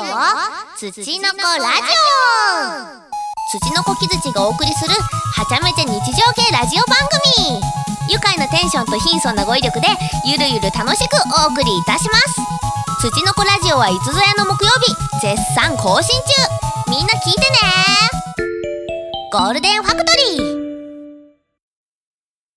土の子ラジオ。土の子木槌がお送りするはちゃめちゃ日常系ラジオ番組。愉快なテンションと貧相な語彙力でゆるゆる楽しくお送りいたします。土の子ラジオはいつぞやの木曜日絶賛更新中。みんな聞いてね。ゴールデンファクトリー。